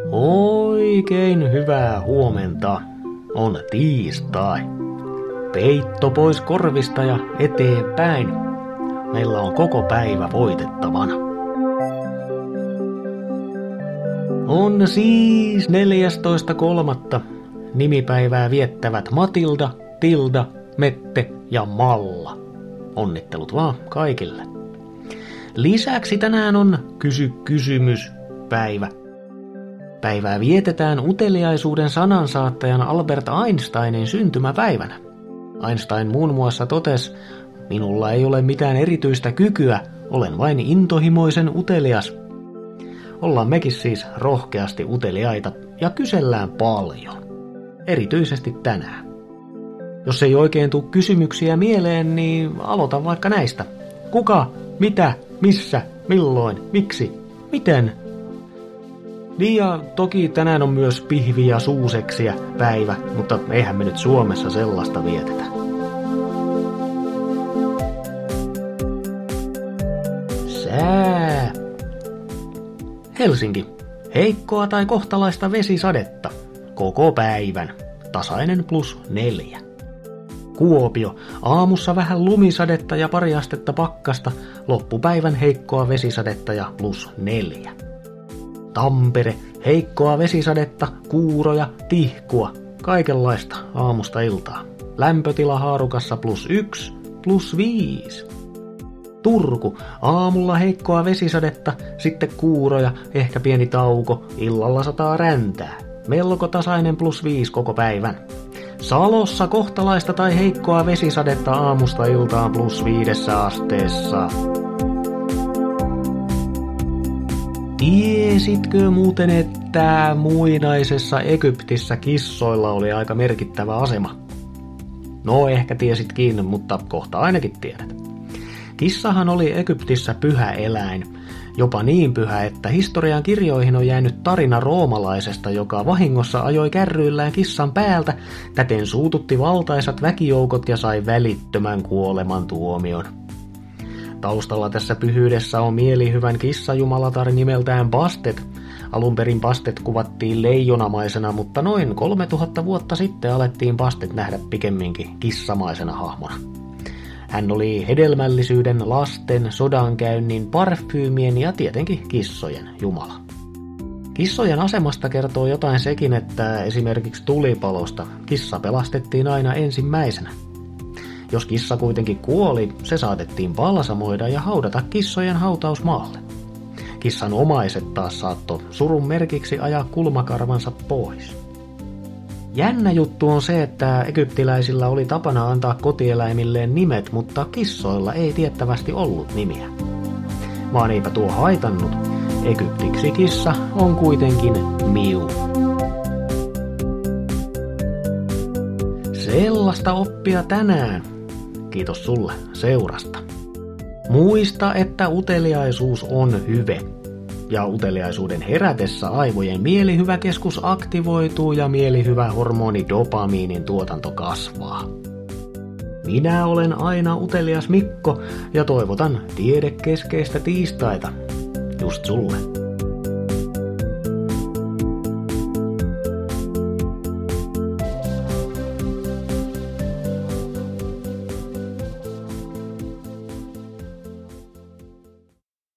Oikein hyvää huomenta. On tiistai. Peitto pois korvista ja eteenpäin. Meillä on koko päivä voitettavana. On siis 14.3. Nimipäivää viettävät Matilda, Tilda, Mette ja Malla. Onnittelut vaan kaikille. Lisäksi tänään on kysy-kysymys-päivä. Päivää vietetään uteliaisuuden sanansaattajan Albert Einsteinin syntymäpäivänä. Einstein muun muassa totesi, minulla ei ole mitään erityistä kykyä, olen vain intohimoisen utelias. Ollaan mekin siis rohkeasti uteliaita ja kysellään paljon. Erityisesti tänään. Jos ei oikein tule kysymyksiä mieleen, niin aloitan vaikka näistä. Kuka, mitä, missä, milloin, miksi, miten? Niin ja toki tänään on myös pihvi- ja suuseksiä päivä, mutta eihän me nyt Suomessa sellaista vietetä. Sää. Helsinki. Heikkoa tai kohtalaista vesisadetta. Koko päivän. Tasainen +4. Kuopio. Aamussa vähän lumisadetta ja pari astetta pakkasta. Loppupäivän heikkoa vesisadetta ja +4. Tampere. Heikkoa vesisadetta, kuuroja, tihkua. Kaikenlaista aamusta iltaa. Lämpötila haarukassa +1, +5. Turku. Aamulla heikkoa vesisadetta, sitten kuuroja, ehkä pieni tauko, illalla sataa räntää. Melko tasainen +5 koko päivän. Salossa kohtalaista tai heikkoa vesisadetta aamusta iltaan +5 asteessa. Tiesitkö muuten, että muinaisessa Egyptissä kissoilla oli aika merkittävä asema? No ehkä tiesitkin, mutta kohta ainakin tiedät. Kissahan oli Egyptissä pyhä eläin. Jopa niin pyhä, että historian kirjoihin on jäänyt tarina roomalaisesta, joka vahingossa ajoi kärryillään kissan päältä, täten suututti valtaisat väkijoukot ja sai välittömän kuolemantuomion. Taustalla tässä pyhyydessä on mielihyvän kissajumalatar nimeltään Bastet. Alun perin Bastet kuvattiin leijonamaisena, mutta noin 3000 vuotta sitten alettiin Bastet nähdä pikemminkin kissamaisena hahmona. Hän oli hedelmällisyyden, lasten, sodankäynnin, parfyymien ja tietenkin kissojen jumala. Kissojen asemasta kertoo jotain sekin, että esimerkiksi tulipalosta kissa pelastettiin aina ensimmäisenä. Jos kissa kuitenkin kuoli, se saatettiin balsamoida ja haudata kissojen hautausmaalle. Kissan omaiset taas saattoi surun merkiksi ajaa kulmakarvansa pois. Jännä juttu on se, että egyptiläisillä oli tapana antaa kotieläimilleen nimet, mutta kissoilla ei tiettävästi ollut nimiä. Vaan eipä tuo haitannut. Egyptiksi kissa on kuitenkin Miu. Sellaista oppia tänään. Kiitos sulle seurasta. Muista, että uteliaisuus on hyve. Ja uteliaisuuden herätessä aivojen mielihyväkeskus aktivoituu ja mielihyvähormoni dopamiinin tuotanto kasvaa. Minä olen aina utelias Mikko ja toivotan tiedekeskeistä tiistaita just sulle.